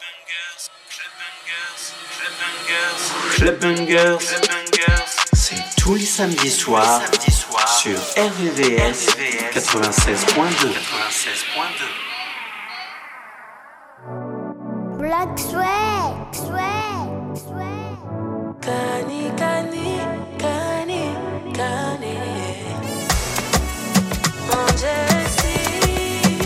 Club Bangers, c'est tous les samedis soirs sur RVVS 96.2. Black Swag, Swag, Swag. Kani, Kani, Kani, Kani. Mon Jessie.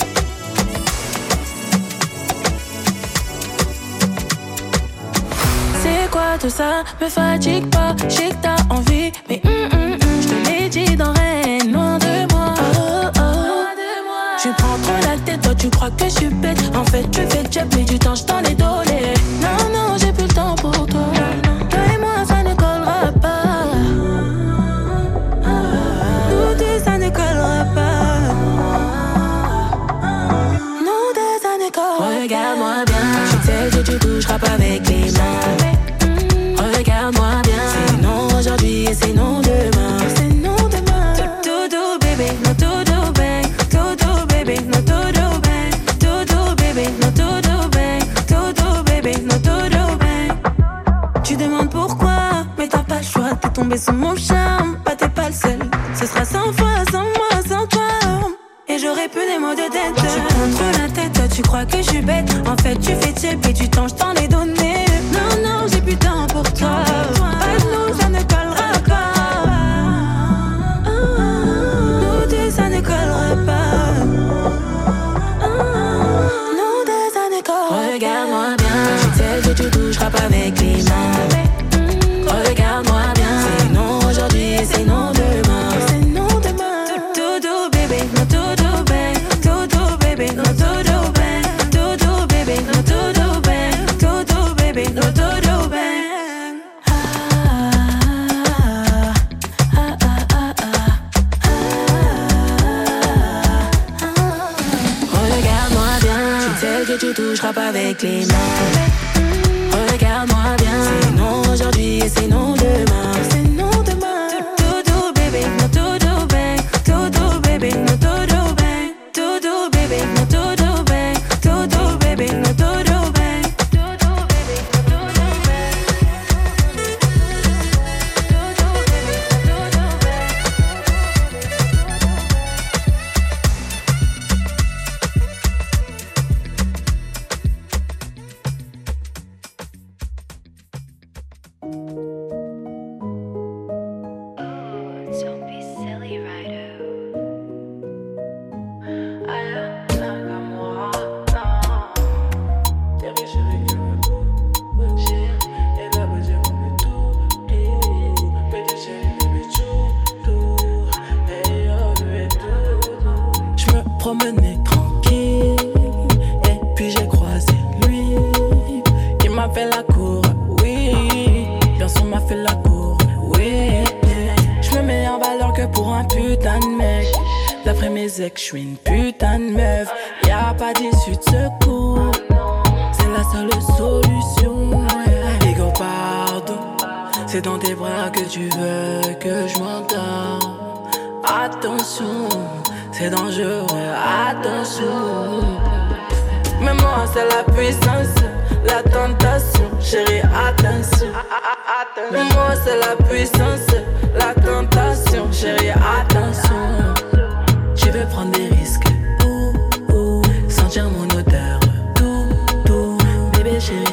C'est quoi tout ça? Me fatigue pas, je sais que t'as envie. Mais je te l'ai dit dans Rennes, loin de moi. Tu prends trop la tête, toi tu crois que je suis bête. En fait tu fais le job mais du temps je t'en ai donné. Non, non, j'ai plus le temps pour toi. Toi et moi ça ne collera pas. Nous deux ça ne collera pas. Nous deux ça ne collera pas. Regarde-moi bien, je sais que tu toucheras pas avec les mains. Regarde-moi bien, c'est non aujourd'hui et c'est non demain. C'est non demain. Doudou bébé, non doudou bang. Doudou bébé, non doudou bang. Doudou bébé, non doudou bang. Doudou bébé, non doudou bang. Tu demandes pourquoi, mais t'as pas le choix. T'es tombé sous mon charme, bah t'es pas le seul. Ce sera 100 fois sans moi, sans toi. Et j'aurais plus les mots de tête. Tu prends trop la tête, toi tu crois que je suis bête. En fait tu fais tiep et du temps je t'en ai donné. Non, non, j'ai plus de temps pour toi. Pas de nous, ça ne collera pas. Nous deux, ça ne collera pas. Nous deux, ça ne collera pas. Regarde-moi bien, je sais que tu toucheras pas avec les mains. Regarde-moi bien, c'est non aujourd'hui et c'est non demain. C'est non demain. Doudou bébé, non doudou bang. Doudou bébé, non doudou bang. Doudou bébé, non doudou bang. Doudou bébé, non doudou bang. Regarde-moi bien, tu sais que tu toucheras pas avec les mains. Regarde-moi bien, c'est non aujourd'hui et c'est non demain. C'est non demain. Doudou bébé, non doudou bang. Doudou bébé, non doudou bang. Doudou bébé, non doudou bang. Doudou bébé, non doudou bang. Doudou bébé, non doudou bang. Doudou bébé, non doudou bang. Don't be silly, Rido. Je me promenais tranquille et puis j'ai croisé lui. Il m'a fait la cour, oui. Bien sûr m'a fait la cour, oui. Je me mets en valeur que pour un putain de mec. D'après mes ex, je suis une putain de meuf. Y'a pas d'issue de secours. C'est la seule solution. Ego, pardon. C'est dans tes bras que tu veux que je m'endors. Attention, c'est dangereux, attention. Mais moi c'est la puissance, la tentation, chérie, attention. Mais moi c'est la puissance, la tentation, chérie, attention. Tu veux prendre des risques, sentir mon odeur, tout, bébé chérie,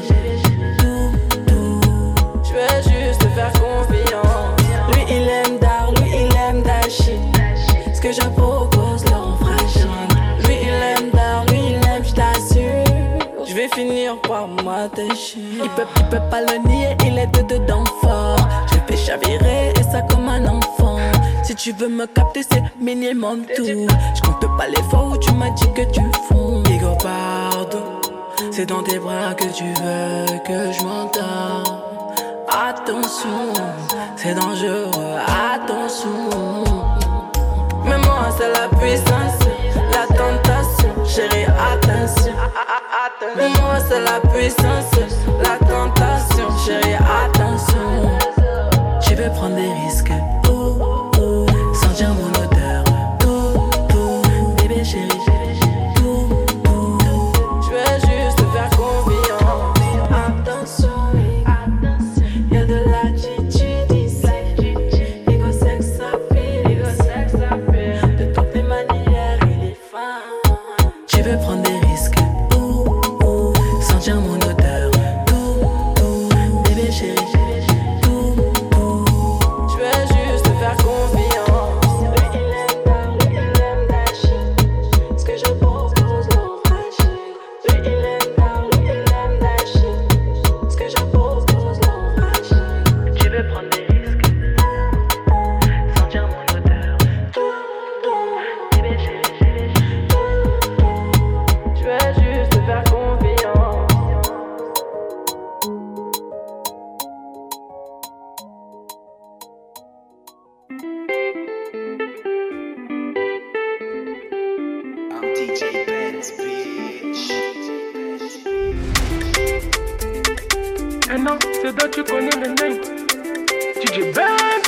tout. Je veux juste te faire confiance. Lui il aime Dar, lui il aime Dashi. Ce que je propose le rend fragile. Lui il aime Dar, lui il aime, je t'assure. Je vais finir par m'attacher. Il peut pas le nier, il est dedans fort. Je le fais chavirer et ça comme un enfant. Si tu veux me capter c'est minimum tout. Je compte pas les fois où tu m'as dit que tu fonds. Ego, pardon. C'est dans tes bras que tu veux que je m'endors. Attention, c'est dangereux, attention. Mais moi c'est la puissance, la tentation, chérie, attention. Mais moi c'est la puissance, la tentation, chérie, attention. Tu veux prendre des risques, sentir mon odeur, tout, bébé chérie, tout. Je veux juste te faire confiance. Eh non, c'est toi, tu connais le name. DJ Ben.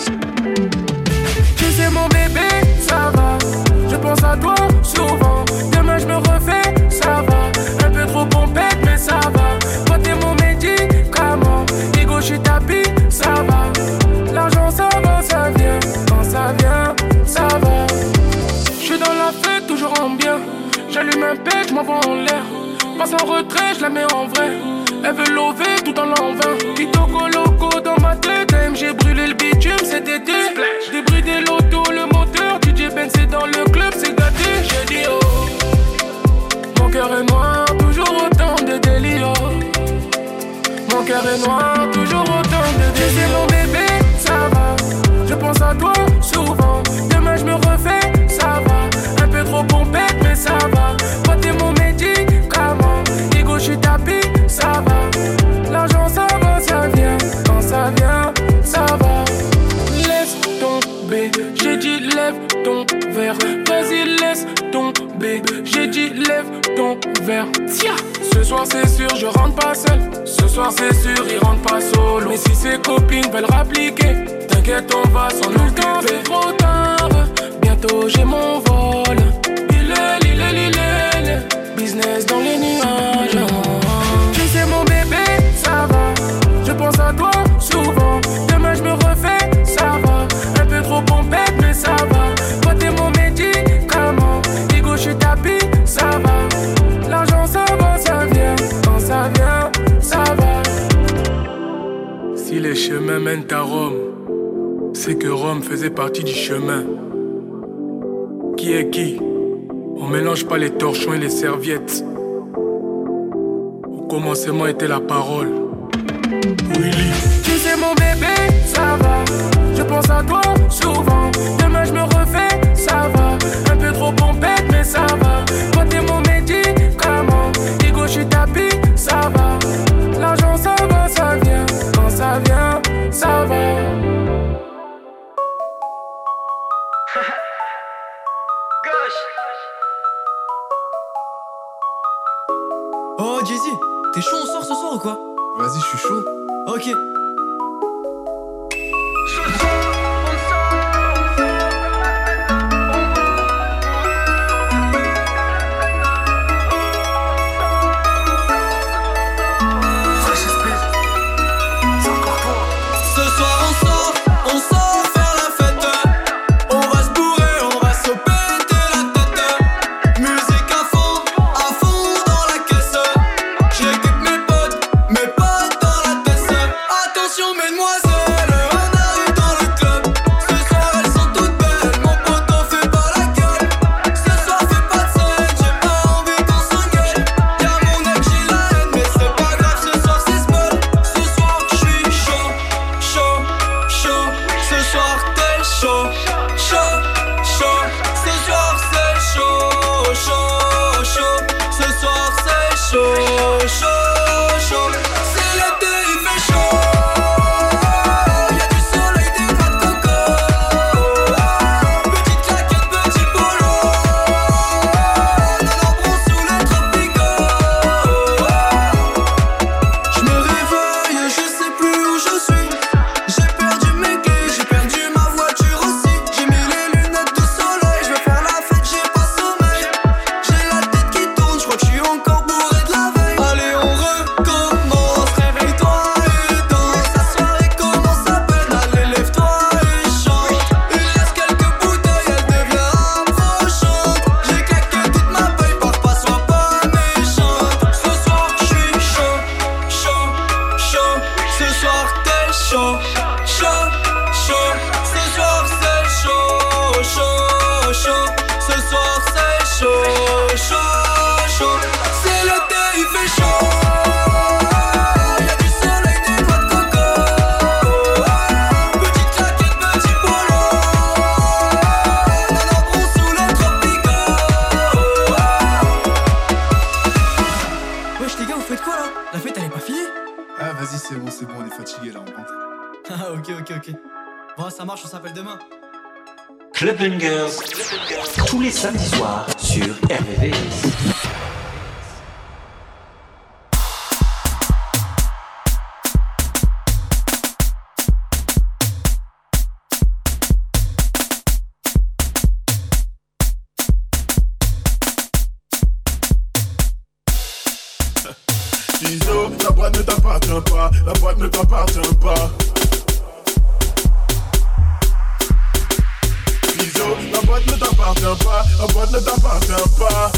Tu sais mon bébé, ça va. Je pense à toi souvent. Demain je me refais, ça va. Un peu trop pompette, mais ça va. Toi t'es mon médicament. Ego, je suis tapis, ça va. L'argent ça va, ça vient. Quand ça vient, ça va. Je suis dans la fête, toujours en bien. J'allume un pet, je m'envoie en l'air. Passe en retrait, je la mets en vrai. Elle veut lever tout en l'envin. Kitoko loco dans ma tête. J'ai brûlé le bitume cet été. Débridé l'auto, le moteur. DJ Ben c'est dans le club, c'est gâté. J'ai dit oh. Mon cœur est noir, toujours autant de délire. Mon cœur est noir, toujours autant de délire. C'est mon bébé, ça va. Je pense à toi souvent. Demain je me refais, ça va. Un peu trop pompette, mais ça va. Toi t'es mon médicament. Ego, je suis tapis, ça va. L'argent ça va, ça vient. Quand ça vient, ça va. Laisse tomber, j'ai dit lève ton verre. Vas-y laisse tomber, j'ai dit lève ton verre. Tiens, ce soir c'est sûr je rentre pas seul. Ce soir c'est sûr il rentre pas solo. Mais si ses copines veulent rappliquer, t'inquiète on va s'en occuper. Le temps c'est trop tard, bientôt j'ai mon vol. Business dans les nuages. Tu sais mon bébé, ça va. Je pense à toi souvent. Demain je me refais, ça va. Un peu trop pompette, mais ça va. Toi t'es mon médicament. Ego, je suis tapis, ça va. L'argent ça va, ça vient. Quand ça vient, ça va. Si les chemins mènent à Rome, c'est que Rome faisait partie du chemin. Qui est qui? On mélange pas les torchons et les serviettes. Au commencement était la parole. Willy. Tu sais mon bébé, ça va. Je pense à toi souvent. Demain je me refais, ça va. Un peu trop pompette, mais ça va. Toi t'es mon médicament. Ego, je suis tapis, ça va. L'argent ça va, ça vient. Quand ça vient, ça va. Oh Jay-Z, t'es chaud, on sort ce soir ou quoi? Vas-y, je suis chaud. Ok. Club Bangers, tous les samedis soirs sur RVVS. Biso, la boîte ne t'appartient pas, la boîte ne t'appartient pas. Biso, la boîte ne t'appartient pas, la boîte ne t'appartient pas.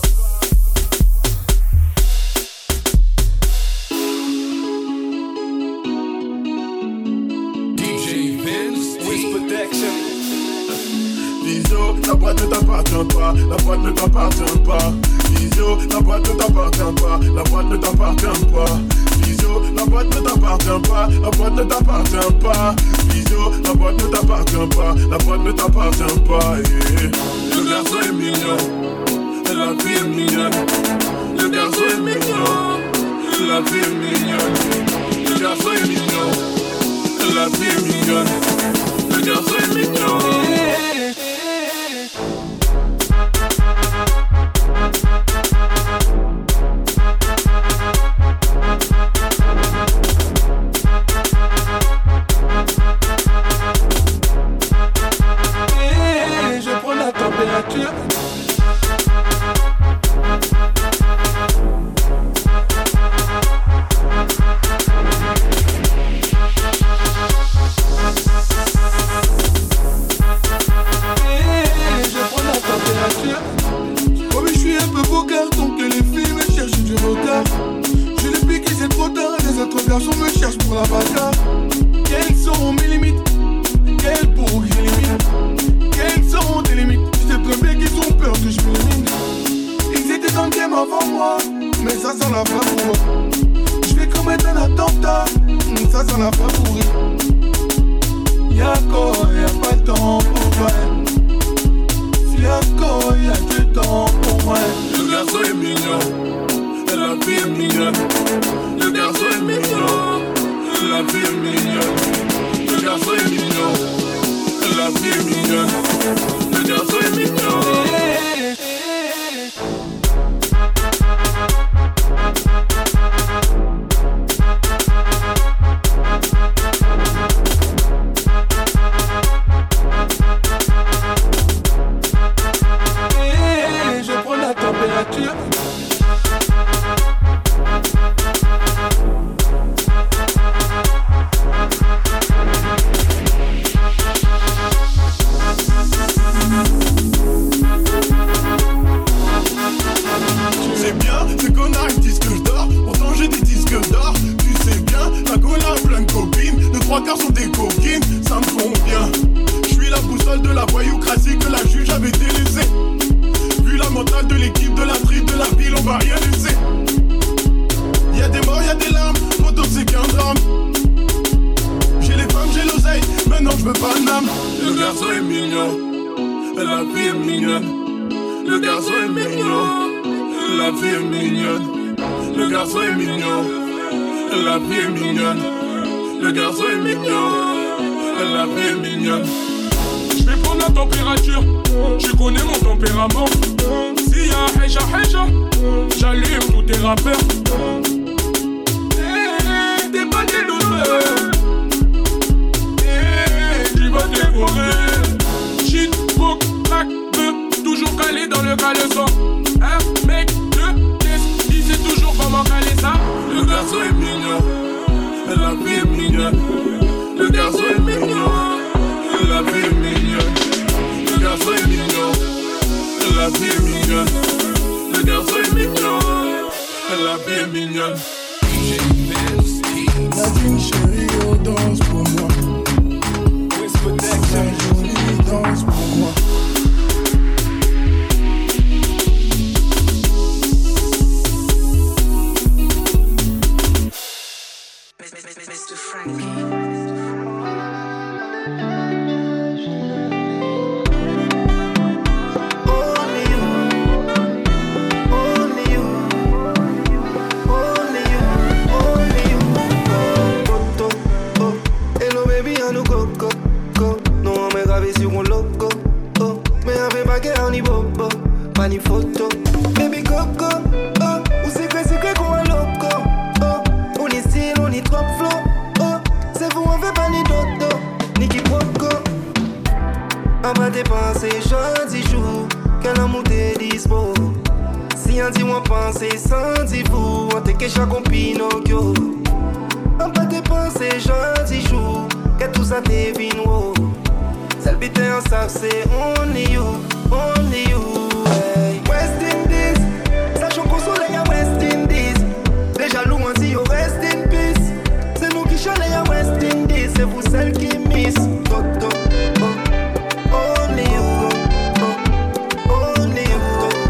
Biso, la boîte ne t'appartient pas, la boîte ne t'appartient pas. Biso, la boîte ne t'appartient pas, la boîte ne t'appartient pas. Biso, la boîte ne t'appartient pas, la boîte ne t'appartient pas. Biso, la boîte ne t'appartient pas, la boîte ne t'appartient pas. Yeah. Le garçon est mignon, la fille est mignonne. Le garçon est mignon, la fille est mignonne. Le garçon est mignon, la fille est mignonne. Le garçon est mignon. Je prends la température. Comme je suis un peu bocard, donc que les filles me cherchent du retard. Je l'ai piqué, c'est trop tard. Les autres garçons me cherchent pour la bagarre. Quelles seront mes limites? Quelles pour que j'élimine? Quelles seront tes limites? Je sais très bien qu'ils ont peur que je m'élimine. Ils étaient dans le game avant moi, mais ça sent la fin pour eux. Je vais commettre un attentat, ça sent la fin pour eux. Y'a quoi, y'a pas le temps pour toi. Y'a quoi, y'a du temps pour moi. Le garçon est mignon, la fille est mignonne. Le garçon est mignon, la fille est mignonne. Le garçon est mignon, la fille est mignonne. Le garçon est mignon. Je prends la température. C'est bien, c'est qu'on a une disque d'or. Pourtant j'ai des disques d'or. Tu sais bien, la cola a plein de copines. Les trois quarts sont des coquines, ça me fond bien. Je suis la boussole de la voyoucratie que la juge avait délaissée. Vu la mentale de l'équipe, de la tripe, de la ville, on va rien laisser. Y'a des morts, y'a des larmes, photo c'est qu'un drame. J'ai les femmes, j'ai l'oseille, maintenant je veux pas d'âme. Le garçon est mignon, la fille est mignonne. Le garçon est mignon, la fille est mignonne. Le garçon est mignon, la fille est mignonne. Le garçon est mignon, la fille est mignonne. Je vais prendre la température. Tu connais mon tempérament. S'il y a un heja, j'allume tous tes rappeurs. T'es pas des losers. Tu vas dévorer. Shit, book, crack, bœuf. Toujours calé dans le caleçon. Un mec de test, il sait toujours comment caler ça. Le garçon est mignon, la fille est mignonne. Le garçon est mignon, la fille est mignonne. Le garçon est mignon, la fille est mignonne. Le garçon est mignon, la fille est mignonne. Nadine chérie, oh danse pour moi. Sa jolie danse pour moi. Mr. Frankie. Pani photo, baby coco, oh, ou secret qu'on est loco, oh, on est style, on est trop flow, oh, c'est vous on fait pas ni dodo, ni quiproquo. À ma dépenser, choisis jour, quel amour t'es dispo. Si Si on dit on pense sans dire vous, on te cache comme Pinocchio. On pas dépenser gentil jour, que tout ça t'est vino. Celle bite en sac c'est only you, hey. West Indies, sachant qu'on soleil à West Indies. Les jaloux on dit yo rest in peace. C'est nous qui chalez à West Indies, c'est vous celles qui miss. Toto, only you, only you,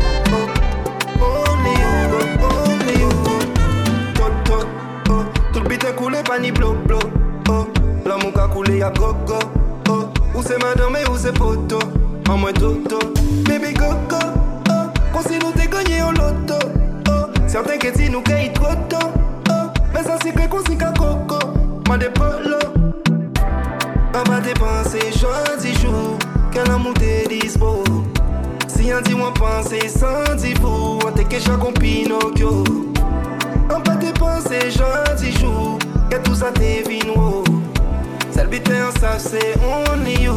only you, Toto, tout le bite coulé pas ni bloc. L'amour qu'a coulé à gogo. Ou c'est madame ou c'est poto, en moins toto. Baby coco, comme si nous t'es gagné au loto. Certains qui disent nous qu'il trop tôt. Mais ça c'est que qu'on s'y qu'a coco. M'a des polo. On va dépenser gentil jour. Quel amour t'es dispo. Si on dit on pense sans dire vous, on t'es que chaque Pinocchio. On va dépenser gentil jour. Que tout ça t'est vino. Celle bite en sac c'est only you,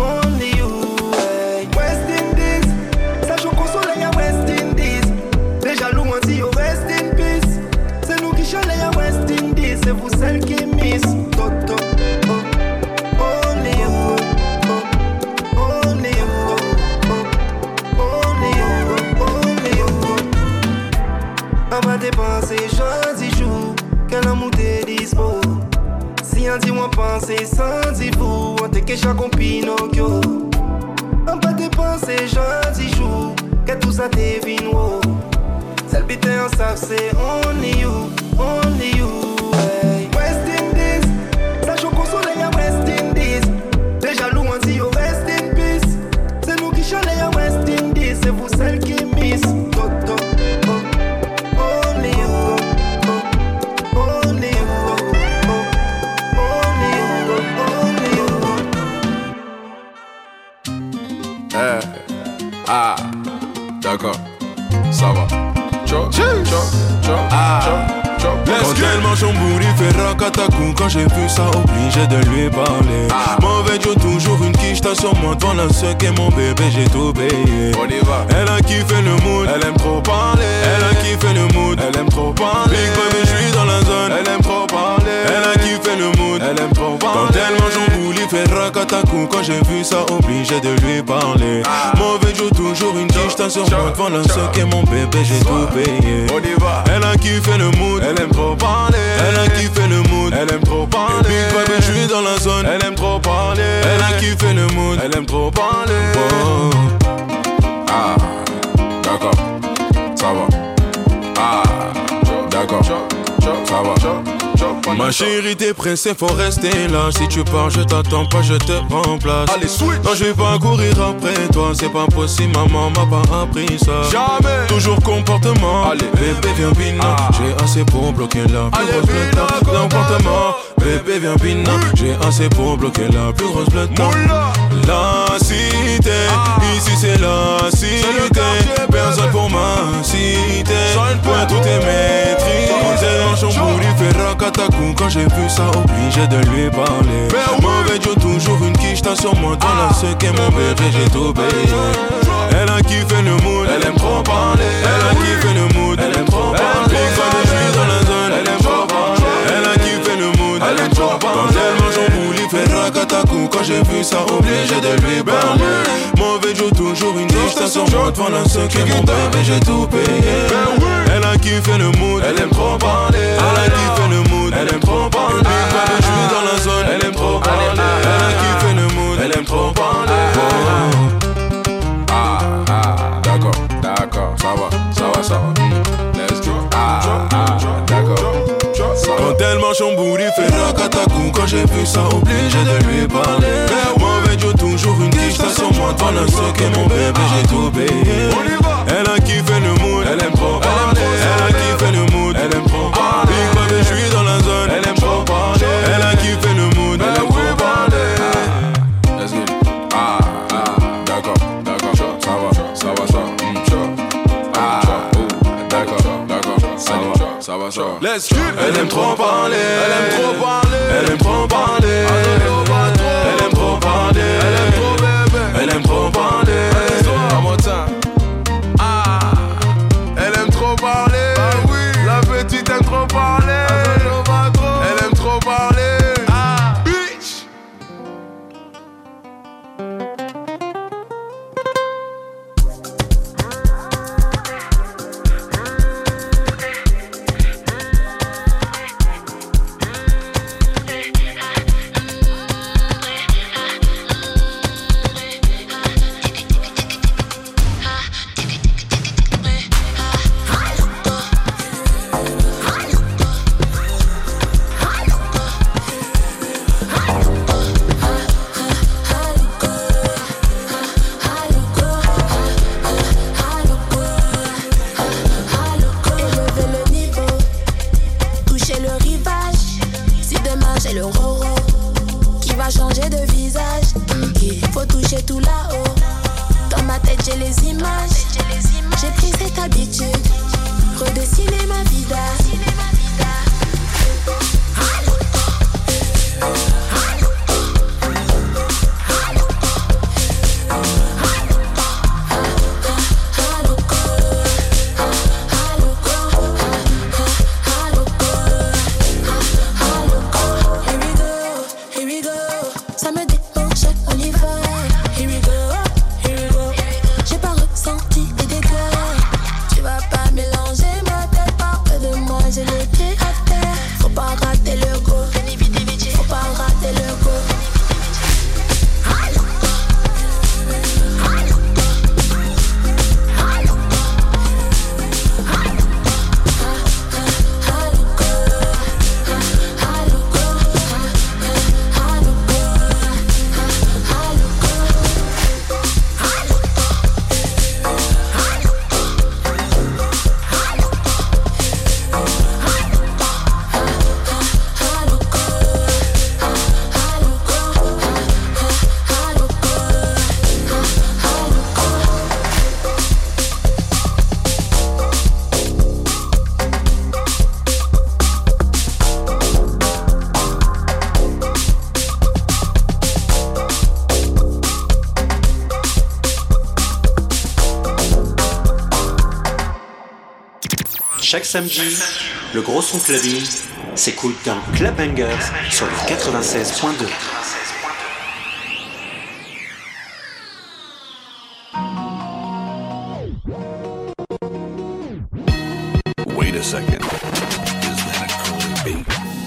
hey. West Indies, sachant qu'on soleil à West Indies. Les jaloux on dit yo rest in peace. C'est nous qui chalez à West Indies, c'est vous celles qui miss. Toto, only you, only you, only you. On va dépenser gentil jour, quel amour t'es dispo. Si on dit on pense sans dire vous, on te cache comme Pinocchio. On pas dépenser gentil jour, que tout ça t'est vino. Celle bite en sac c'est only you, hey. West Indies, sachant qu'on soleil à West Indies. Les jaloux on dit yo rest in peace. C'est nous qui chalez à West Indies, c'est vous celles qui miss. Toto, only you, only you. D'accord, ça va. Quand elle mange son bout, il fait racatacou. Quand j'ai vu ça, obligé de lui parler. Mauvais Joe, toujours une quiche, t'as sur moi devant la seule et mon bébé, j'ai tout payé. On y va. Elle a kiffé le mood, elle aime trop parler. Elle a kiffé le mood, elle aime trop parler. Big baby, je suis dans la zone, elle aime trop parler. Elle a kiffé le mood, elle aime trop parler. Quand elle mange son bout, il fait racatacou. Quand j'ai vu ça, obligé de lui parler. Mauvais Joe, toujours une quiche, t'as sur moi devant la seule et mon bébé, j'ai tout payé. On y va. Elle a kiffé le mood, elle aime trop parler. Elle a kiffé le mood, elle aime trop parler. Big baby, je suis dans la zone, elle aime trop parler. Elle a kiffé le mood, elle aime trop parler. Oh. D'accord, ça va. D'accord, ça va. Ma chérie, t'es pressée, faut rester là. Si tu pars, je t'attends pas, je te remplace. Allez, switch. Non, je vais pas courir après toi, c'est pas possible, maman m'a pas appris ça. Jamais. Toujours comportement. Allez, bébé, viens bina. J'ai assez pour bloquer la plus grosse bleuta. Comportement. Bébé, viens bina. J'ai assez pour bloquer la plus grosse bleuta. La cité, ici c'est la cité. Personne pour ma cité. Point tout est maîtrisé. Quand il fait racatacou. Quand j'ai vu ça, obligé de lui parler. Mauvais Joe, toujours une quiche, t'as sur moi dans la seule et mon bébé, j'ai tout payé. Elle a kiffé le mood, elle aime trop parler. Elle a kiffé le mood, elle aime trop parler. Big baby, je suis dans la zone, elle aime trop parler. Elle a kiffé le mood, elle aime trop parler. Quand elle mange en boule, il fait racatacou. Quand j'ai vu ça, obligé de lui parler. Mauvais Joe, toujours une quiche, t'as sur moi devant la seule et mon bébé, j'ai tout payé. Elle a kiffé le mood, elle aime trop parler. Elle a kiffé le mood, elle aime trop parler. Big baby, je suis dans la zone, elle aime trop parler. Elle a kiffé le mood, elle aime trop parler. D'accord, ça va. Let's go. D'accord. Quand elle mange son bout, il fait racatacou. Quand j'ai vu ça, obligé de lui parler. Mauvais Joe, toujours une quiche, t'as sur moi devant la seule et mon bébé, j'ai tout payé. Elle a kiffé le mood, elle aime trop parler. Elle a kiffé le mood, elle aime trop parler. Big baby, je suis dans la zone, elle aime trop parler. Elle a kiffé le mood, elle aime trop parler. Let's go. D'accord, ça va. D'accord, ça va. Let's go. Elle aime trop parler. Elle aime trop parler. Elle aime trop parler. Elle aime trop parler. Elle aime trop parler. Elle aime c'est le roro qui va changer de visage. Il faut toucher tout là-haut. Dans ma tête j'ai les images. J'ai pris cette habitude, redessiner ma vida. Chaque samedi, le gros son clubbing s'écoute dans Club Bangers sur le 96.2. Wait a second. Is that a cold beat?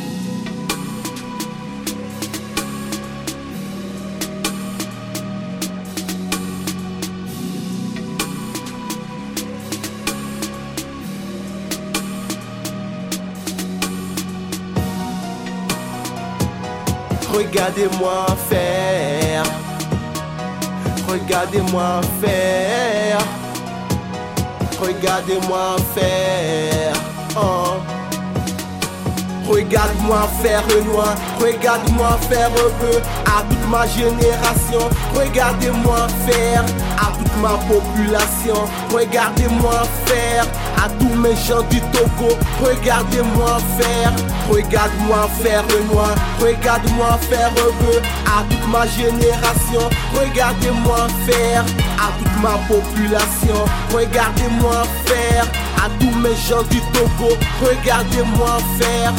Regardez-moi faire, regardez-moi faire, regardez-moi faire, oh. Regarde-moi faire Renoir, regarde-moi faire un peu à toute ma génération. Regardez-moi faire à toute ma population. Regardez-moi faire à tous mes gens du Togo. Regardez-moi faire, regarde-moi faire Renoir, regarde-moi faire un peu à toute ma génération. Regardez-moi faire à toute ma population. Regardez-moi faire à tous mes gens du Togo. Regardez-moi faire.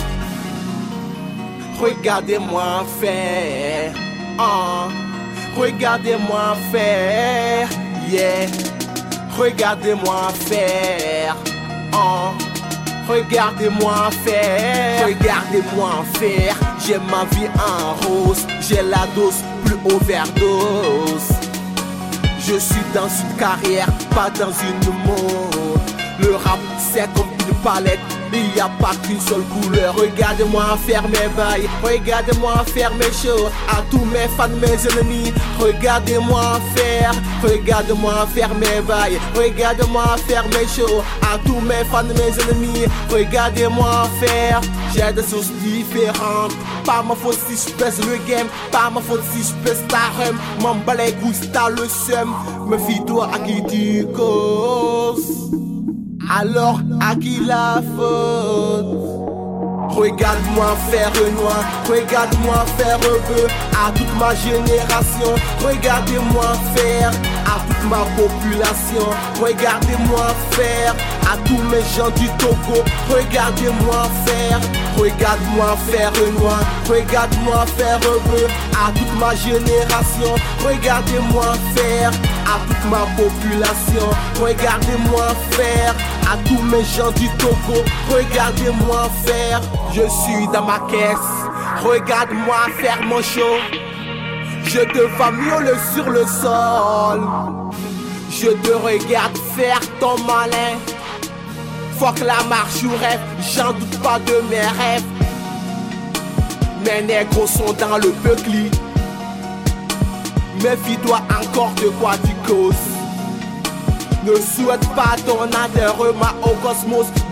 Regardez-moi faire, oh. Regardez-moi faire, yeah. Regardez-moi faire, oh. Regardez-moi faire, regardez-moi faire. J'ai ma vie en rose, j'ai la dose, plus overdose. Je suis dans une carrière, pas dans une mode. Le rap c'est comme une palette, il n'y a pas qu'une seule couleur. Regardez-moi faire mes bails, regardez-moi faire mes shows. À tous mes fans, mes ennemis, regardez-moi faire mes bails. Regardez-moi faire mes shows. À tous mes fans, mes ennemis, regardez-moi faire. J'ai des choses différentes. Pas ma faute si je pèse le game, pas ma faute si je pèse ta rhum. M'en bats les couilles si t'as le seum. Méfie-toi à qui tu causes. Alors à qui la faute? Regarde-moi faire Renoir, regarde-moi faire un peu à toute ma génération. Regardez-moi faire à toute ma population. Regardez-moi faire à tous mes gens du Togo. Regardez-moi faire, regarde-moi faire Renoir, regarde-moi faire un peu à toute ma génération. Regardez-moi faire à toute ma population. Regardez-moi faire à tous mes gens du Togo. Regardez-moi faire. Je suis dans ma caisse, regarde-moi faire mon show. Je te famiole sur le sol. Je te regarde faire ton malin. Fuck la marche ou rêve, j'en doute pas de mes rêves. Mes négros sont dans le peucli. Méfie-toi encore de quoi tu causes. Ne souhaite pas ton adhérement au cosmos.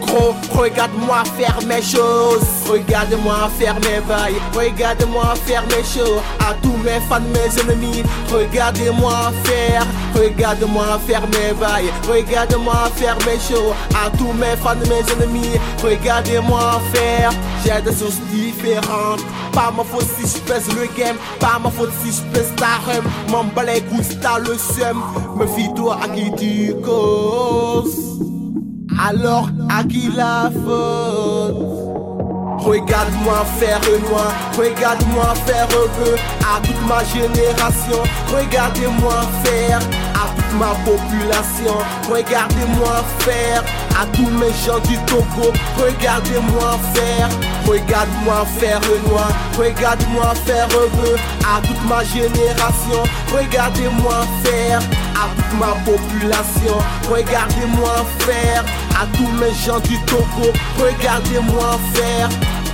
Gros, regarde-moi faire mes choses. Regarde-moi faire mes bails. Regarde-moi faire mes shows. À tous mes fans, mes ennemis, regardez-moi faire. Regarde-moi faire mes bails. Regarde-moi faire mes shows. À tous mes fans, mes ennemis, regardez-moi faire. J'ai des sources différentes. Pas ma faute si je pèse le game. Pas ma faute si je pèse ta rhum. M'en bats les couilles, t'as le seum. Me fie-toi à qui tu causes. Alors à qui la faute? Regarde-moi faire Renoir, regarde-moi faire Rebeu. À toute ma génération, regardez-moi faire. À toute ma population, regardez-moi faire. À tous mes gens du Togo, regardez-moi faire. Regarde-moi faire Renoir, regarde-moi faire Rebeu. À toute ma génération, regardez-moi faire. À toute ma population, regardez-moi faire. À tous mes gens du Togo, regardez-moi faire.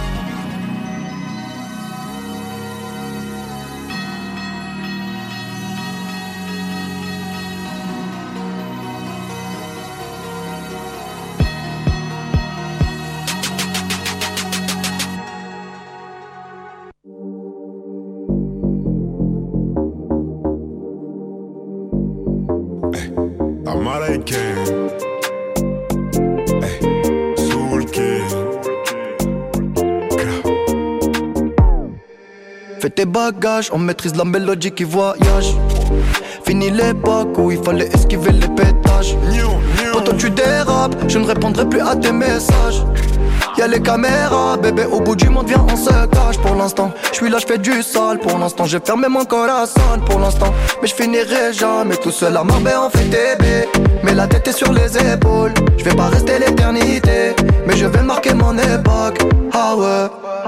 Fais tes bagages, on maîtrise la mélodie qui voyage. Fini l'époque où il fallait esquiver les pétages. Quand toi tu dérapes, je ne répondrai plus à tes messages. Y'a les caméras, bébé, au bout du monde, viens, on se cache. Pour l'instant, je suis là, je fais du sale. Pour l'instant, j'ai fermé mon corazon. Pour l'instant, mais je finirai jamais tout seul à Marbella, on fait bébé. Mais la tête est sur les épaules. Je vais pas rester l'éternité, mais je vais marquer mon époque. Ah ouais.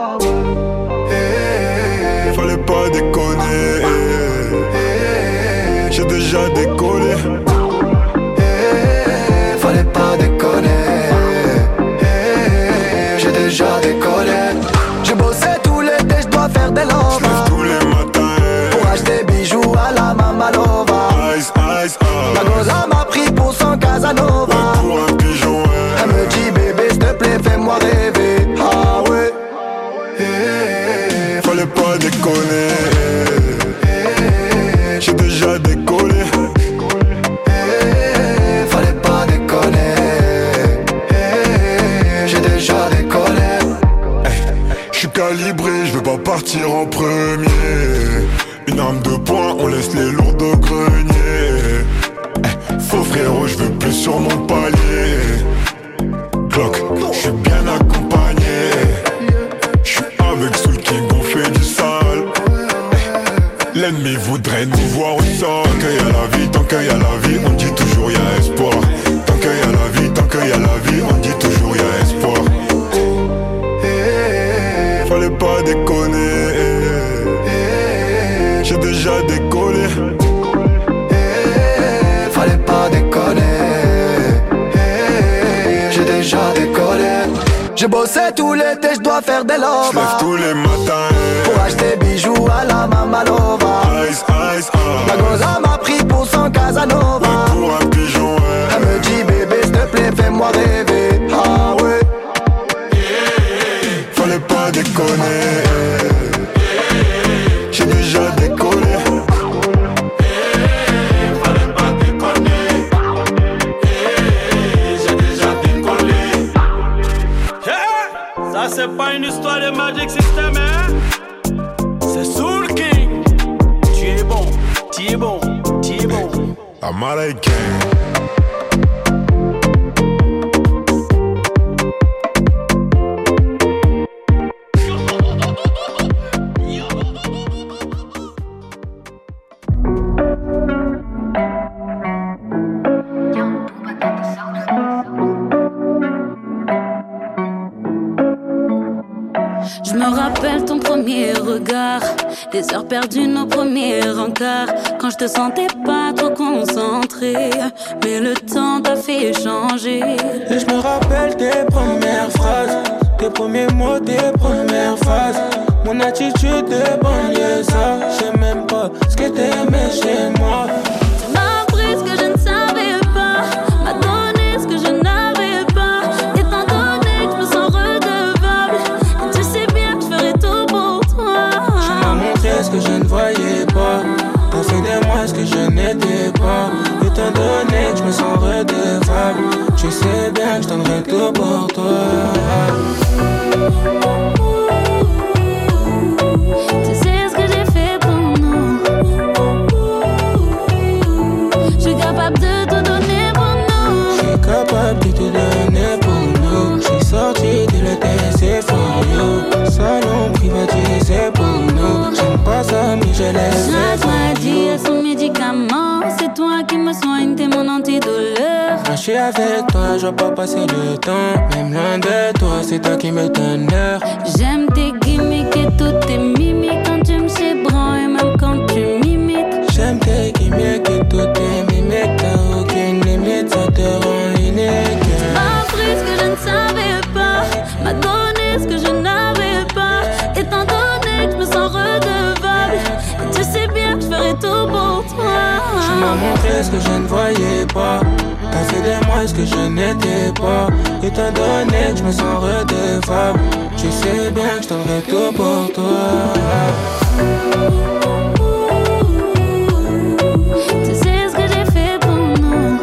Fallait pas déconner. J'ai déjà décollé. Fallait pas déconner. J'ai déjà décollé. J'ai bossé tout l'été, je dois faire des lovas. J'lève tous les matins pour acheter bijoux à la Mamalova. Ice, ice, la goza m'a pris pour son Casanova. Pour un pigeon, elle me dit bébé s'il te plaît fais-moi rêver. Ah ouais. Fallait pas déconner. J'ai déjà décollé. Fallait pas déconner. J'ai déjà décollé. J'suis calibré, j'veux pas partir en premier. Une arme de poing, on laisse les lourds de grenier. Faux frérot, j'veux plus sur mon palier. Glock, j'suis bien accompagné. J'suis avec Soul King, on fait du sale. L'ennemi voudrait nous voir au sol. Tant qu'il y a la vie, tant qu'il y a la vie, on dit toujours y'a espoir. Tant qu'il y a la vie, tant qu'il y a la vie, on dit toujours y'a espoir. Fallait pas déconner. J'ai déjà décollé. Fallait pas déconner. J'ai déjà décollé. J'ai bossé tout l'été, je dois faire des lovas. J'lève tous les matins pour acheter bijoux à la Mamalova. Ice, ice, la goza m'a pris pour son Casanova. Pour un pigeon, elle me dit bébé s'il te plaît fais-moi rêver. Ah ouais. Fallait pas déconner. J'ai déjà décollé. Fallait pas déconner. J'ai déjà décollé. Ça c'est pas une histoire de Magic System, hein. C'est Soul King. Tu es bon, tu es bon, tu es bon. Américain. Je me rappelle ton premier regard, les heures perdues, nos premiers encarts. Quand je te sentais pas trop concentré, mais le temps t'a fait changer. Et je me rappelle tes premières phrases, tes premiers mots, tes premières phases. Mon attitude de banlieue, ça, je sais même pas ce que t'aimais chez moi. Tu m'as appris ce que je ne savais pas, m'a donné ce que je n'avais pas. Et tantôt avec toi, je veux pas passer le temps. Même loin de toi, c'est toi qui me t'honneur. J'aime tes gimmicks et toutes tes mimiques. Quand tu me chébranles et même quand tu m'imites. J'aime tes gimmicks et toutes tes mimiques. T'as aucune limite, ça te rend unique. M'a appris ce que je ne savais pas, m'a donné ce que je n'avais pas. Étant donné que je me sens redevable, et tu sais bien que je ferai tout pour toi. Tu m'as montré ce que je ne voyais pas, t'as fait de moi ce que je n'étais pas. Étant donné que je me sens redevable, tu sais bien que je donnerai tout pour toi. Tu sais ce que j'ai fait pour nous.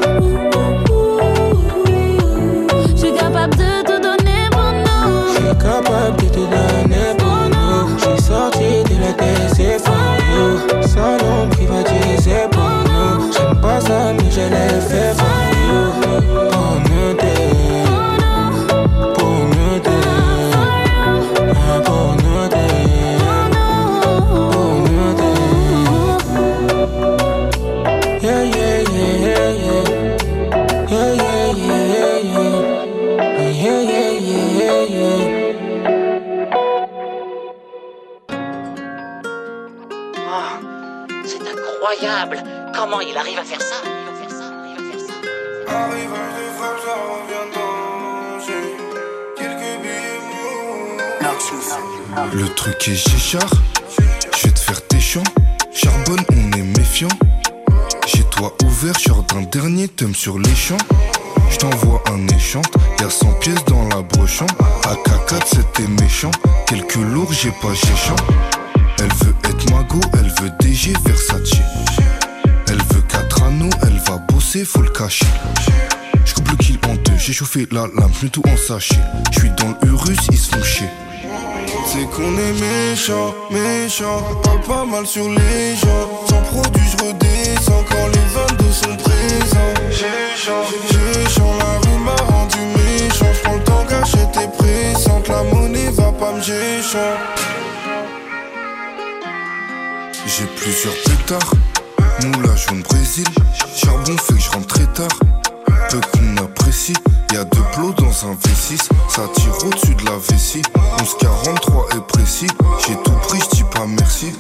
Je suis capable de tout donner pour nous. Je suis capable de tout donner pour nous. Je suis sorti de la TC for you. Salon privatisé pour nous. J'aime pas ça mais je l'ai fait for you. Pour nous deux. Pour nous deux. Pour nous deux. Pour nous deux. Yeah, yeah, yeah, yeah. Yeah, yeah, yeah, yeah. Yeah, yeah, yeah, yeah. C'est incroyable. Comment il arrive à faire ça? Arrivage de frappe, ça revient danger. Quelques billets. Le truc est Géchard, je vais te faire tes champs. Charbonne, on est méfiant. J'ai toi ouvert, genre d'un dernier thème sur les champs. Je t'envoie un échant, y'a 100 pièces dans la brochant. AK4 c'était méchant, quelques lourds j'ai pas géchant. Elle veut être mago, elle veut DG Versace. Elle veut 4 anneaux, elle va bosser, faut le cacher. J'coupe le kill en deux, j'ai chauffé la lame, j'mets tout en sachet. J'suis dans le Urus, ils se font chier. C'est qu'on est méchant, méchant. Parle pas mal sur les gens. Sans produit, j'redescends quand les 22 sont présents. Géchant, la rue m'a rendu méchant. J'prends le temps, gâchette est pressante. La monnaie va pas me géchant. J'ai plusieurs pétards, moula jaune Brésil. Charbon fait que je rentre très tard. Peu qu'on apprécie, y'a 2 plots dans un V6. Ça tire au-dessus de la vessie. 11,43 est précis. J'ai tout pris, j'dis pas merci.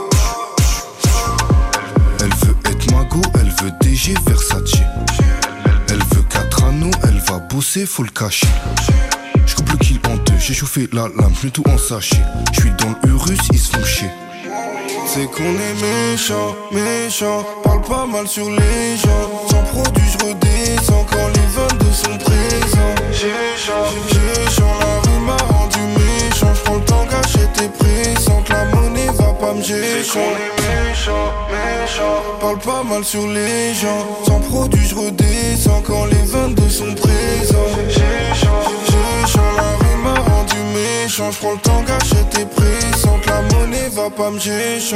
Elle veut être mago, elle veut DG Versace. Elle veut 4 anneaux, elle va bosser, faut le cacher. J'coupe le kill en deux, j'ai chauffé la lame, j'mets tout en sachet. J'suis dans le Urus, ils se font chier. C'est qu'on est méchant, méchant. Parle pas mal sur les gens. Sans produit, j'redescends quand les 22 sont présents. Géchant, la rue m'a rendu méchant. J'prends le temps, gâchette est pressante. La monnaie va pas me géchant. Méchant, méchant. Parle pas mal sur les gens. Sans produit, j'redescends quand les 22 sont présents. Géchant, la rue m'a rendu méchant. J'prends le temps, gâchette est pressante. La monnaie va pas me géchant.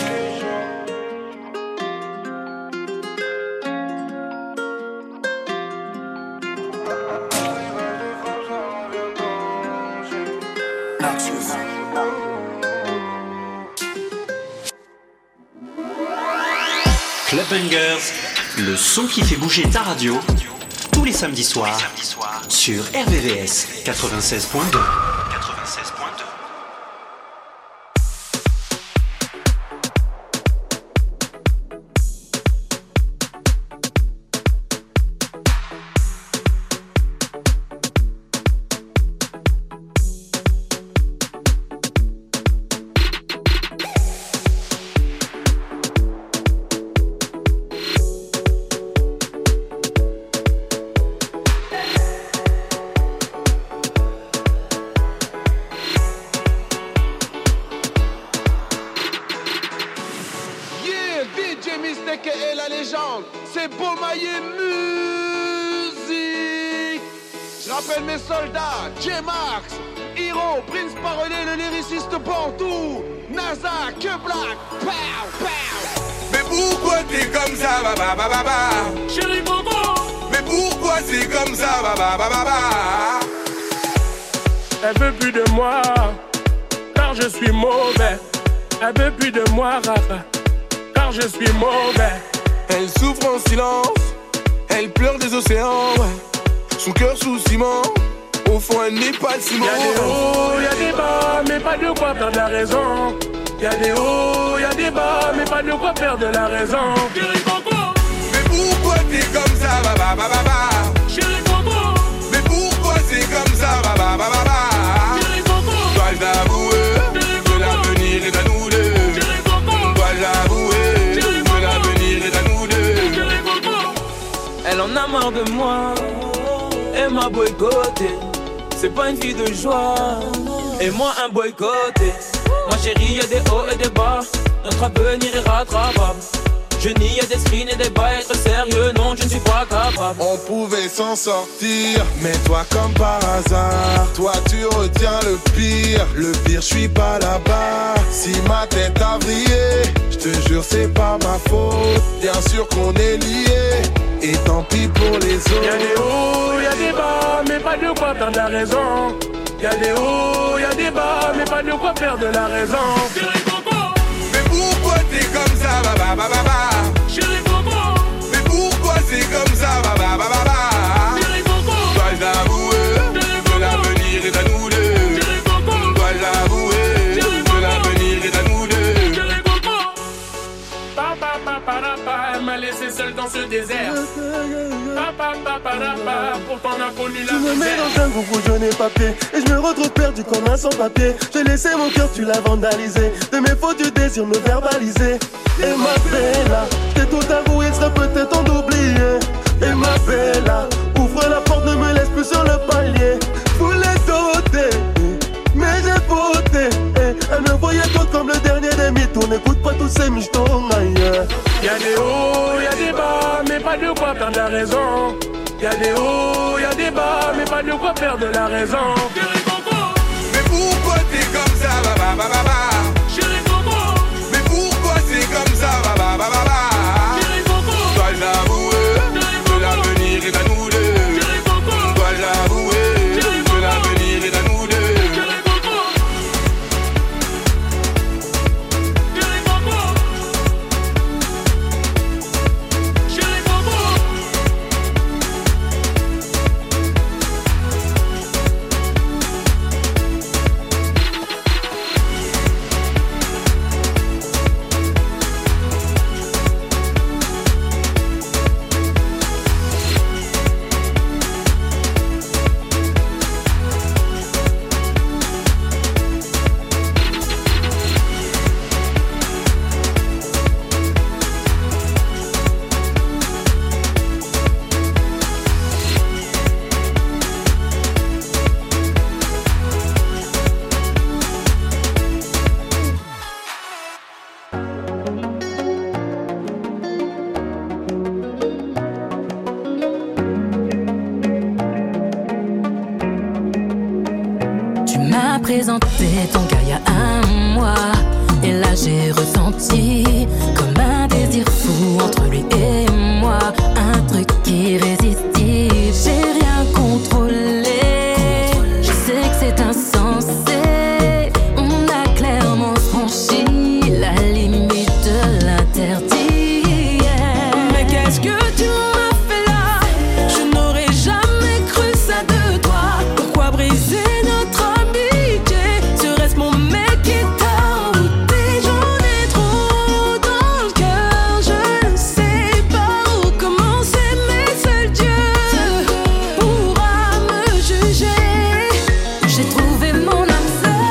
Club Bangers, le son qui fait bouger ta radio, tous les samedis soirs, sur RVVS 96.2. Elle veut plus de moi, car je suis mauvais. Elle veut plus de moi, car je suis mauvais. Elle souffre en silence, Elle pleure des océans, ouais. Son cœur sous ciment. Au fond, elle n'est pas le ciment. Y'a des hauts, y'a des bas, mais pas de quoi perdre la raison. Y'a des hauts, y'a des bas, mais pas de quoi perdre la raison. Chérie Coco, mais pourquoi t'es comme ça, ba ba ba ba ba. Chérie Coco, mais pourquoi c'est comme ça, ba ba ba ba ba. Chérie Coco, dois-je l'avouer, que l'avenir est à nous deux. Chérie Coco, dois-je l'avouer, que l'avenir est à nous deux. Chérie Coco, elle en a marre de moi, elle m'a boycotté. C'est pas une fille de joie, et moi un boycotté. Ma chérie, y'a des hauts et des bas, notre avenir est rattrapable. Je nie d'esprit ni des bas, être sérieux, non, je ne suis pas capable. On pouvait s'en sortir, mais toi comme par hasard, toi tu retiens le pire, je suis pas là-bas. Si ma tête a vrillé, je te jure c'est pas ma faute. Bien sûr qu'on est liés, et tant pis pour les autres. Y'a des hauts, y'a des bas, mais pas de quoi perdre la raison. Y'a des hauts, y'a des bas, mais pas de quoi perdre la raison. Chérie Coco, mais pourquoi t'es comme ça, ba ba ba ba ba. Chérie Coco, mais pourquoi c'est comme ça, ba ba ba ba ba. Chérie Coco, dois-je l'avouer, que l'avenir est à nous deux. Chérie Coco, dois-je l'avouer, que l'avenir est à nous deux. Chérie Coco, papa papa papa, elle m'a laissé seule dans ce désert. Papa papa papa, pourtant on a connu la misère. Tu me mets dans un groupe où je n'ai pas pied, et je me retrouve perdu comme un sans-papier. J'ai laissé mon cœur, tu l'as vandalisé. De mes fautes, tu désires me verbaliser. Et ma bella, t'es tout avoué, serait peut-être temps d'oublier. Et ma bella, ouvre la porte, ne me laisse plus sur le palier. Voulais doter, mais j'ai voté. Elle me voyait toi comme le dernier des mythos. N'écoute pas tous ces michetons ailleurs. Y'a des hauts, y'a des bas, mais pas de quoi perdre la raison. Y'a des hauts, y'a des bas, mais pas de quoi perdre la raison. Chérie Coco, mais pourquoi t'es comme ça, ba ba ba ba ba. Chérie Coco, mais pourquoi c'est comme ça, ba ba ba ba ba. Chérie Coco, dois-je l'avouer, que l'avenir est à nous deux. Chérie Coco, dois-je l'avouer, que l'avenir est à nous deux. Chérie Coco, Chérie Coco, Chérie Coco. Présenté ton gars il y a un mois, et là j'ai ressenti comme un désir fou entre lui et moi, un truc irrésistible. J'ai rien contrôlé, je sais que c'est insensé. On a clairement franchi la limite de l'interdit. Mais qu'est-ce que tu m'as fait là? Je n'aurais jamais cru ça de toi. Pourquoi briser notre mon mec qui t'a envoûté, j'en ai trop dans le cœur. Je ne sais pas où commencer, mais seul Dieu pourra me juger. J'ai trouvé mon âme sœur.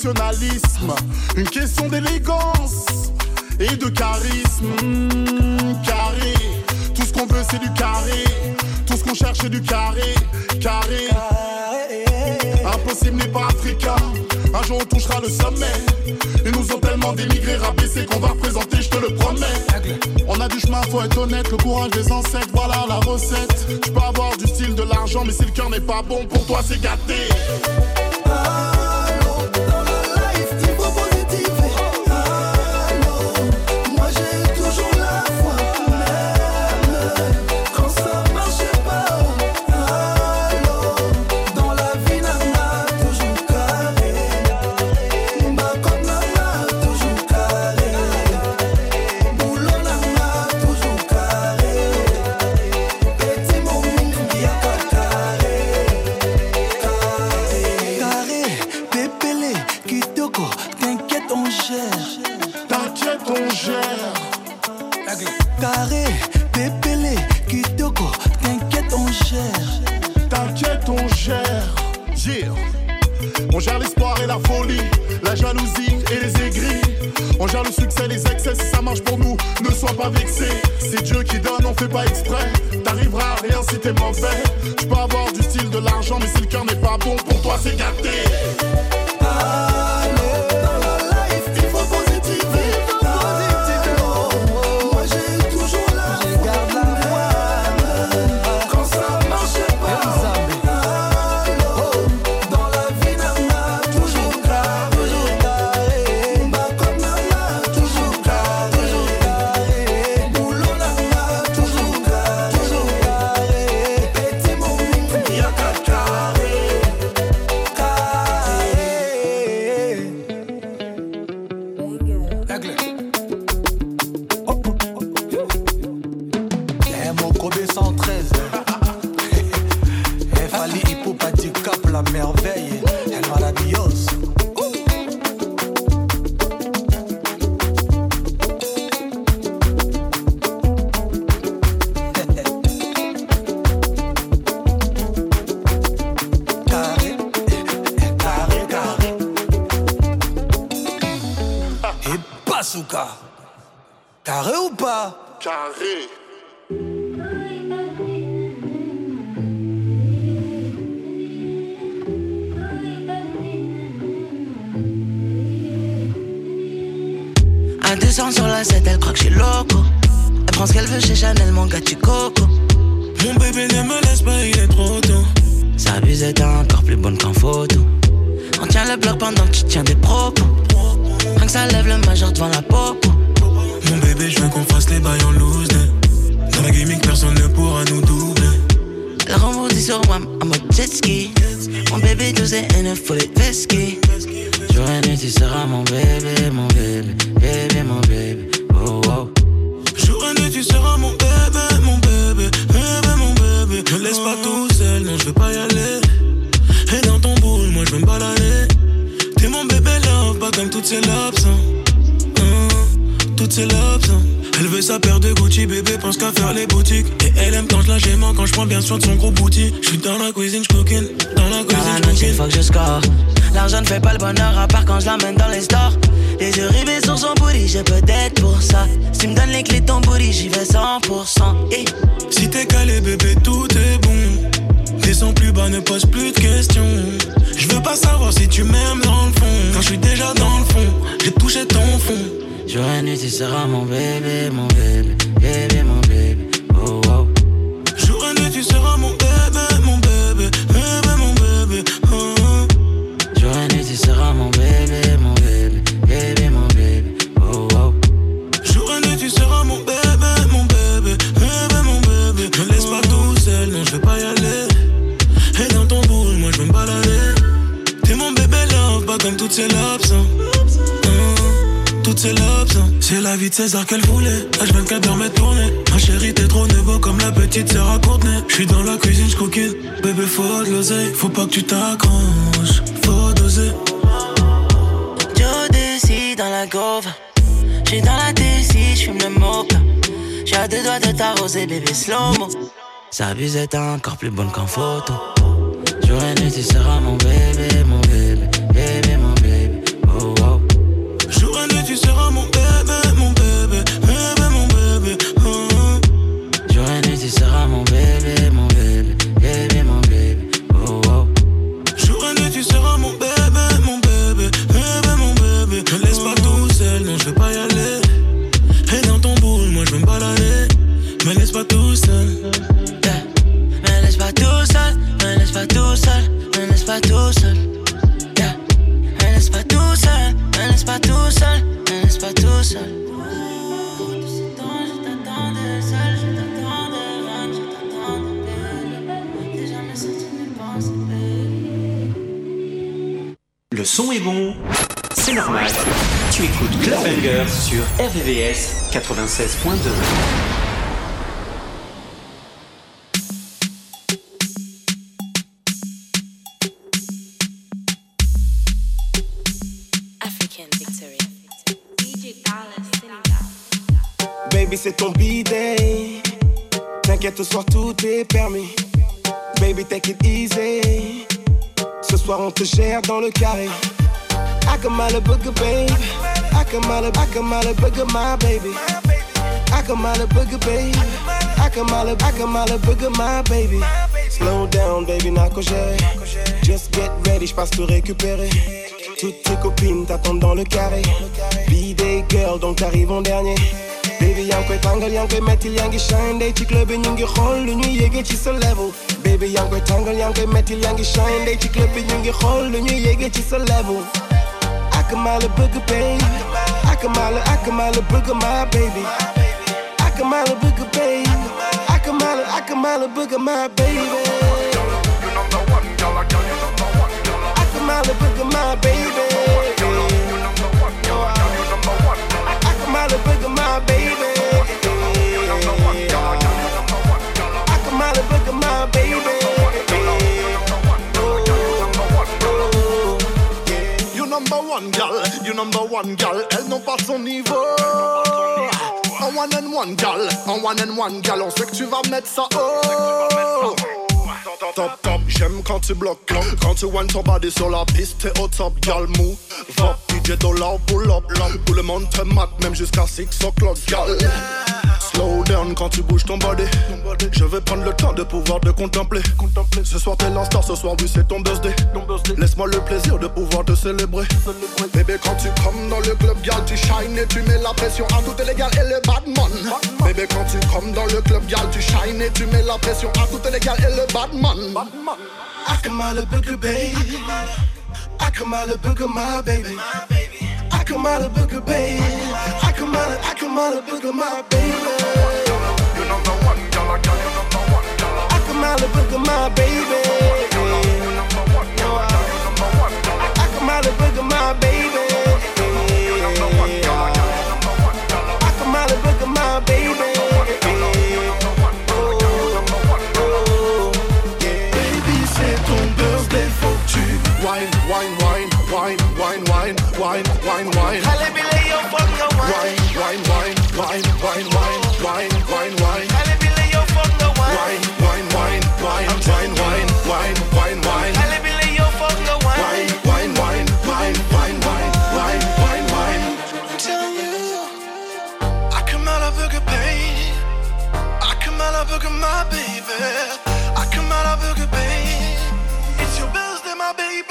professionnalisme, une question d'élégance et de charisme. Carré, tout ce qu'on veut c'est du carré, tout ce qu'on cherche c'est du carré, carré. Impossible n'est pas africain, un jour on touchera le sommet. Ils nous ont tellement dénigré, rabaissé qu'on va représenter, je te le promets. On a du chemin, faut être honnête, le courage des ancêtres, voilà la recette. Tu peux avoir du style, de l'argent, mais si le cœur n'est pas bon, pour toi c'est gâté. Carré, pépélé, kitoko, t'inquiète on gère. T'inquiète on gère. Yeah. On gère l'espoir et la folie, la jalousie et les aigris. On gère le succès, les excès, si ça marche pour nous, ne sois pas vexé. C'est Dieu qui donne, on fait pas exprès. T'arriveras à rien si t'es mauvais. Tu peux avoir du style, de l'argent, mais si le cœur n'est pas bon, pour toi c'est gâté. Carré ou pas? Carré. À 200 sur la 7, elle croit que je suis loco. Elle prend ce qu'elle veut chez Chanel, mon gars, tu coco. Mon bébé ne me laisse pas, il est trop tôt. Sa buse est encore plus bonne qu'en photo. On tient le bloc pendant que tu tiens des propos. Rien que ça lève le majeur devant la popo. Mon bébé, je veux qu'on fasse les bails en loose. Dans la gaming, personne ne pourra nous doubler. Elle rebondit sur moi en mode jet ski. Mon bébé, tous et ne faut les whisky. Jour et nuit, tu seras mon bébé, mon bébé, bébé, mon bébé. Oh, oh. Jour et nuit, tu seras mon bébé, mon bébé, bébé, mon bébé. Me laisse pas tout seul, non, je veux pas y aller. Et dans ton boule, moi je veux me balader. T'es mon bébé love, pas comme toutes ces lobes. Toutes ces lobes. Elle veut sa paire de Gucci, bébé pense qu'à faire les boutiques. Et elle aime quand je la gémant, quand je prends bien soin de son gros bouti. Je suis dans la cuisine, je coquine. Dans la cuisine, je coquine. Faut que je score. L'argent ne fait pas le bonheur à part quand je l'emmène dans les stores. Les yeux rivés sur son booty, j'ai peut-être pour ça. Si tu me donnes les clés de ton booty, j'y vais 100%. Yeah. Si t'es calé, bébé, tout est bon. Descends plus bas, ne pose plus de questions. Je veux pas savoir si tu m'aimes dans le fond. Quand je suis déjà dans le fond, j'ai touché ton fond. Jour et nuit, tu seras mon bébé, mon bébé, bébé, mon bébé. Oh, oh. Jour et nuit, tu seras mon bébé, mon bébé, bébé, mon bébé. Oh, oh. Jour et nuit, tu seras mon bébé, mon bébé, bébé, mon bébé. Oh, oh. Jour et nuit, tu seras mon bébé, mon bébé, bébé, mon bébé. Me laisse pas tout seul, non, je veux pas y aller. Et dans ton boule, moi je veux me balader. T'es mon bébé love, pas comme toutes ces lobes. Toutes ces lobes, c'est la vie de César qu'elle voulait. H24 dans mes tournées. Ma chérie, t'es trop nouveau comme la petite sœur à Courtenay. J'suis dans la cuisine, j'coquine. Bébé, faut de l'oseille. Faut pas que tu t'accroches, faut doser. Joe décide dans la gauve. J'suis dans la DC, j'fume le mocha. J'ai à 2 doigts de t'arroser, bébé, slow-mo. Sa buse est encore plus bonne qu'en photo. Jour et nuit, tu seras mon bébé, mon bébé, bébé, mon bébé. tu seras mon bébé, mon bébé, bébé, mon bébé. Oh, oh. Jour et nuit, tu seras mon bébé, mon bébé, bébé, mon bébé. Me laisse pas tout seul, non, je veux pas y aller. Et dans ton boule, moi je veux me balader. Me laisse pas tout seul. Yeah. Me laisse pas tout seul, me laisse pas tout seul, me laisse pas tout seul. Yeah. Me laisse pas tout seul, me laisse pas tout seul, me laisse pas tout seul. Le son est bon, c'est normal. Tu écoutes Club Banger sur RVVS 96.2. Baby, c'est ton B-day. T'inquiète, ce soir tout est permis. Baby, take it easy. Ce soir on te gère dans le carré. I come out a booger, babe. I come out a booger, my baby. I come out a booger, babe. I come out a booger, my baby. Slow down, baby, n'a qu'au gérer. Just get ready, j'passe te récupérer. Toutes tes copines t'attendent dans le carré. B-day girl, donc t'arrives en dernier. Baby, yang koy tangal, yang koy metti, yang ngi shine. Day ci club bi ñu ngi xool lu ñuy yéege ci sa level. Baby, yang koy tangal, yang koy metti, yang ngi shine. Day ci club bi ñu ngi xool lu ñuy yéege ci sa level. Akamala booger, baby. Akamala booger, my baby. Akamala booger, baby. Akamala booger, my baby. Akamala booger, my baby. Akamala booger, my baby. Akamala booger, my baby. You number one gal, elle n'ont pas son niveau. Un one and one gal, on sait que tu vas mettre ça haut. Top, j'aime quand tu bloques, quand tu one ton body sur la piste, t'es au top, gal mou. Va, DJ dollar, pull up, tout le monde te mate, même jusqu'à 6 o'clock, gal. Slow down quand tu bouges ton body. Je vais prendre le temps de pouvoir te contempler. Ce soir t'es la star, ce soir oui c'est ton birthday. Laisse-moi le plaisir de pouvoir te célébrer. Bébé quand tu comes dans le club, gal, tu shine et tu mets la pression à toutes les gals et le badman. Bébé quand tu comes dans le club, gal, tu shine et tu mets la pression à toutes les gals et le badman. Akamala booger, baby. Akamala booger, my baby. Akamala booger, baby. Akamala booger, my baby. You number one, gal, you number one, gal. Akamala booger, my baby. You number one, gal, you number one, gal. Akamala booger, my baby. You number one, gal, you number one, gal. Akamala booger, my baby. Baby, c'est ton birthday, faut que tu wine. Allez, Billy, yo, fuck the wine. Wine. Allez, Billy, yo, fuck the wine. Wine. Allez, Billy, yo, fuck the wine. Wine. I'm telling you, I come out of Booger, baby. I come out of Booger, my baby. I come out of Booger, baby. It's your birthday, my baby.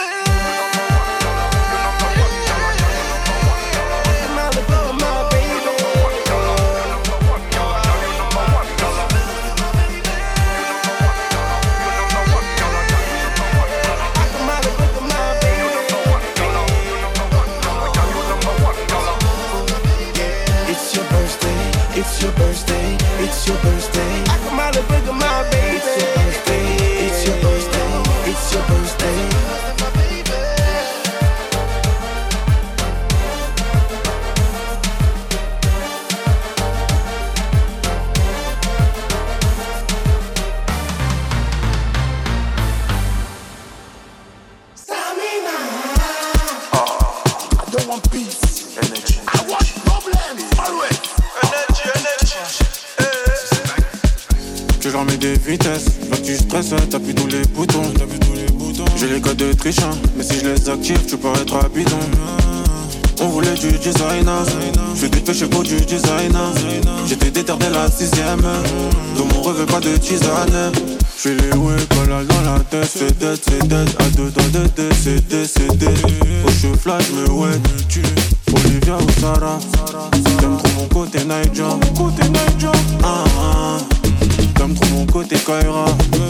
It's your birthday, it's your birthday. I come out of Booger, my baby. It's your birthday, it's your birthday. I don't want peace, energy. I want problems, always. Tu leur mets des vitesses, là tu stresses, t'appuies tous les boutons. J'ai les codes de trichant, mais si je les active, tu peux être à bidon. On voulait du designer. J'fais des péchés pour du designer. J'étais déter dès la 6ème. Dans mon rêve pas de tisane. J'fais les ouais, collage dans la tête. C'est dead, à deux doigts de décédé. Au cheveux flash, me wet. Olivia ou Sarah. T'aimes trop mon côté Niger. T'aimes trop mon côté Kaira.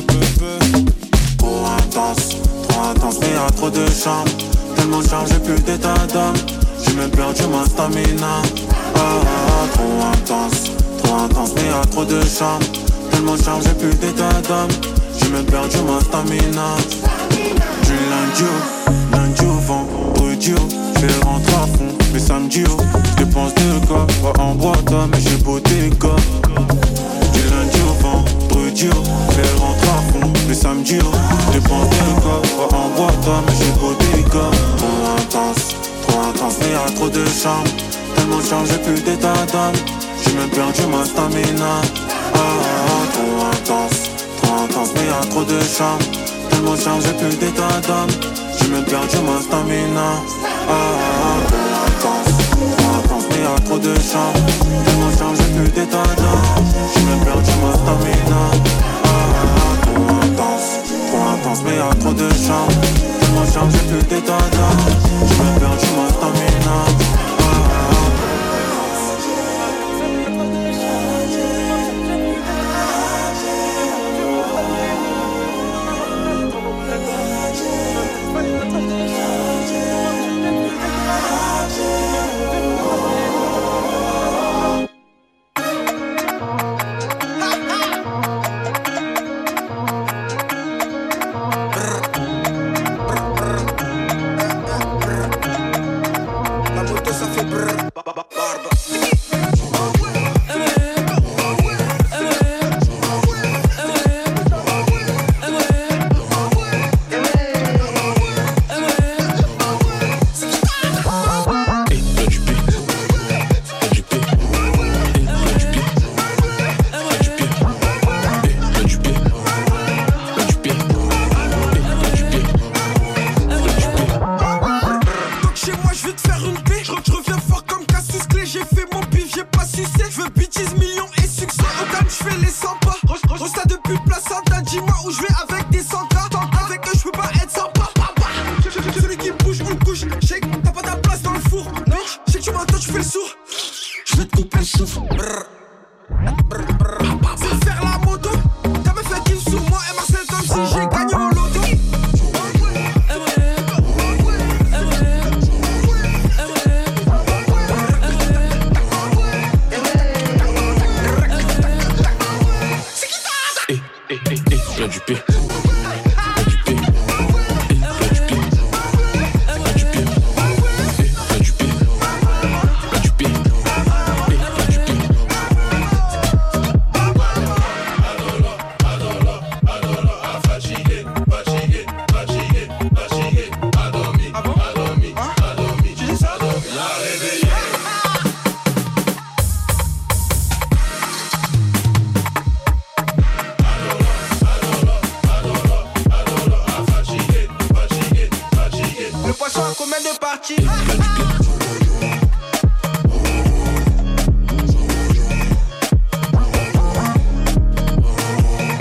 Trop intense, mais y'a trop de charme. Tellement charme, j'ai plus d'état d'âme. J'ai même perdu ma stamina. Trop intense, mais y'a trop de charme. Tellement charme, j'ai plus d'état d'âme. J'ai même perdu ma stamina. Du lundi au vendredi, j'fais rentrer à fond. Mais samedi, j'dépense 2K. Pas en boîte, mais j'ai beau des gars. Du lundi au vendredi, j'fais rentrer à fond. Mais samedi, j'dépense 2K. Pas en boîte, mais j'ai beau des gars. Trop intense, mais y'a trop de charme. Tellement charme, j'ai plus d'état d'âme. J'ai même perdu ma stamina. Trop intense, mais y'a trop de charme. Tellement charme, j'ai plus d'état d'âme. J'ai même perdu ma stamina. Trop intense, mais y'a trop de charme. Tellement charme, j'ai plus d'état d'âme. J'ai même perdu ma stamina. Trop intense, mais y'a trop de charme. Tellement charme, j'ai plus d'état d'âme. J'ai même perdu ma stamina.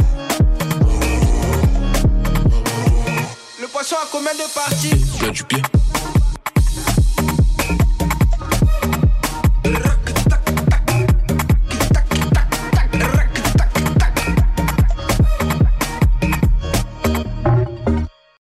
Il y a du pied.